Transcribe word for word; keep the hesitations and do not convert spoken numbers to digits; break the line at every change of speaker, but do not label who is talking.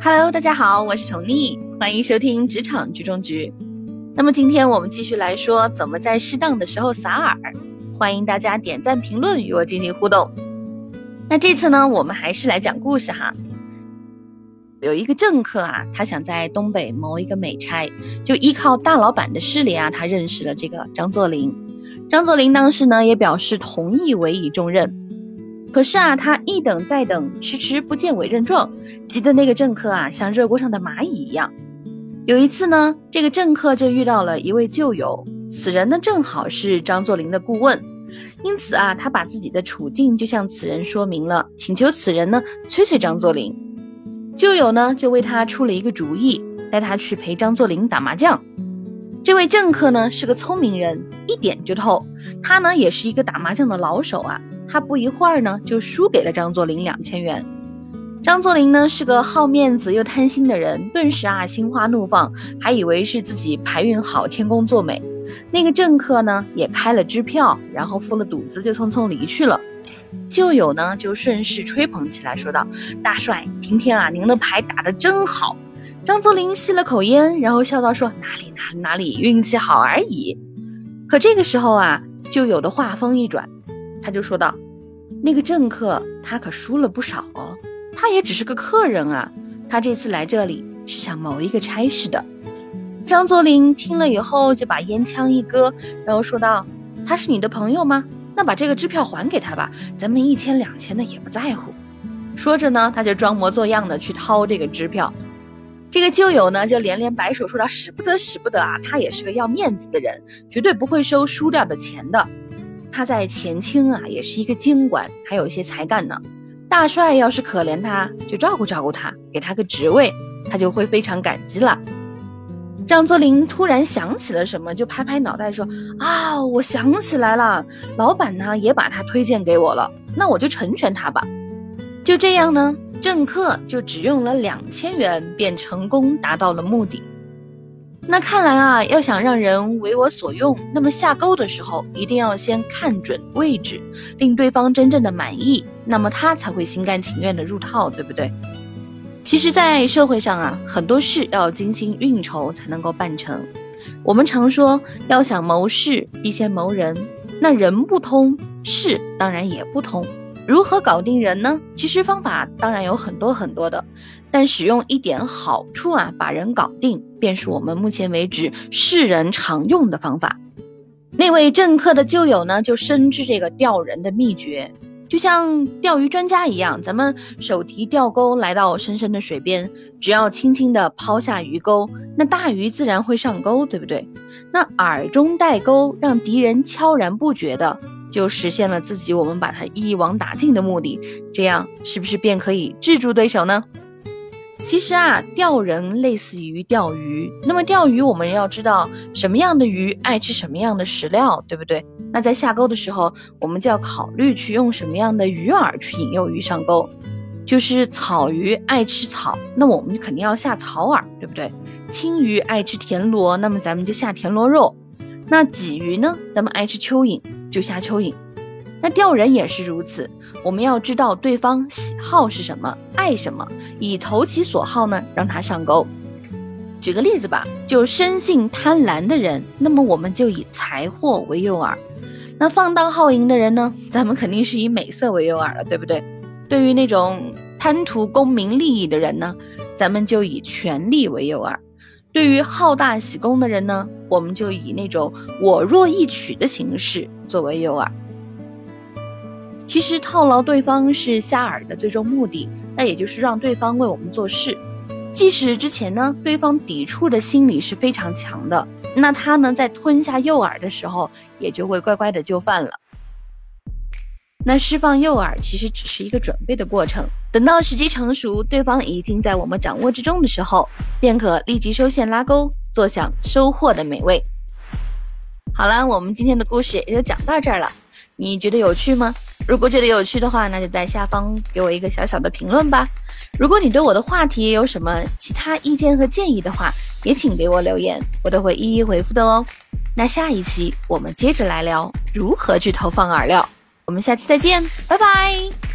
Hello， 大家好，我是宠溺，欢迎收听职场局中局。那么今天我们继续来说怎么在适当的时候撒饵，欢迎大家点赞评论与我进行互动。那这次呢，我们还是来讲故事哈。有一个政客啊，他想在东北谋一个美差，就依靠大老板的势力啊，他认识了这个张作霖。张作霖当时呢也表示同意委以重任。可是啊，他一等再等，迟迟不见委任状，急得那个政客啊像热锅上的蚂蚁一样。有一次呢，这个政客就遇到了一位旧友，此人呢正好是张作霖的顾问，因此啊，他把自己的处境就向此人说明了，请求此人呢催催张作霖。旧友呢就为他出了一个主意，带他去陪张作霖打麻将。这位政客呢是个聪明人，一点就透，他呢也是一个打麻将的老手啊。他不一会儿呢就输给了张作霖两千元。张作霖呢是个好面子又贪心的人，顿时啊心花怒放，还以为是自己牌运好，天公作美。那个政客呢也开了支票，然后付了赌资，就匆匆离去了。旧友呢就顺势吹捧起来，说道：大帅，今天啊您的牌打得真好。张作霖吸了口烟，然后笑道说：哪里哪里哪里，运气好而已。可这个时候啊，旧友的话锋一转，他就说道：那个政客他可输了不少哦，他也只是个客人啊，他这次来这里是想谋一个差事的。张作霖听了以后就把烟枪一割，然后说道：他是你的朋友吗？那把这个支票还给他吧，咱们一千两千的也不在乎。说着呢，他就装模作样的去掏这个支票。这个旧友呢就连连摆手说道：使不得使不得啊，他也是个要面子的人，绝对不会收输掉的钱的。他在前清啊也是一个京官，还有一些才干呢。大帅要是可怜他，就照顾照顾他，给他个职位，他就会非常感激了。张作霖突然想起了什么，就拍拍脑袋说：啊，我想起来了，老板呢也把他推荐给我了，那我就成全他吧。就这样呢，政客就只用了两千元便成功达到了目的。那看来啊，要想让人为我所用，那么下钩的时候一定要先看准位置，令对方真正的满意，那么他才会心甘情愿的入套，对不对？其实在社会上啊，很多事要精心运筹才能够办成。我们常说要想谋事必先谋人，那人不通，事当然也不通。如何搞定人呢？其实方法当然有很多很多的，但使用一点好处啊，把人搞定，便是我们目前为止世人常用的方法。那位政客的旧友呢，就深知这个钓人的秘诀，就像钓鱼专家一样，咱们手提钓钩来到深深的水边，只要轻轻地抛下鱼钩，那大鱼自然会上钩，对不对？那饵中带钩，让敌人悄然不觉的就实现了自己我们把它一网打尽的目的，这样是不是便可以制住对手呢？其实啊，钓人类似于钓鱼，那么钓鱼我们要知道什么样的鱼爱吃什么样的食料，对不对？那在下钩的时候，我们就要考虑去用什么样的鱼饵去引诱鱼上钩。就是草鱼爱吃草，那我们就肯定要下草饵，对不对？青鱼爱吃田螺，那么咱们就下田螺肉。那鲫鱼呢，咱们爱吃蚯蚓，就下蚯蚓。那钓人也是如此，我们要知道对方喜好是什么，爱什么，以投其所好呢，让他上钩。举个例子吧，就生性贪婪的人，那么我们就以财货为诱饵。那放荡好淫的人呢，咱们肯定是以美色为诱饵了，对不对？对于那种贪图功名利益的人呢，咱们就以权力为诱饵。对于好大喜功的人呢，我们就以那种我弱易取的形式作为诱饵。其实套牢对方是下饵的最终目的，那也就是让对方为我们做事。即使之前呢，对方抵触的心理是非常强的，那他呢在吞下诱饵的时候，也就会乖乖的就范了。那释放诱饵其实只是一个准备的过程，等到时机成熟，对方已经在我们掌握之中的时候，便可立即收线拉钩，坐享收获的美味。好了，我们今天的故事也就讲到这儿了，你觉得有趣吗？如果觉得有趣的话，那就在下方给我一个小小的评论吧。如果你对我的话题有什么其他意见和建议的话，也请给我留言，我都会一一回复的哦。那下一期我们接着来聊如何去投放饵料，我们下期再见，拜拜。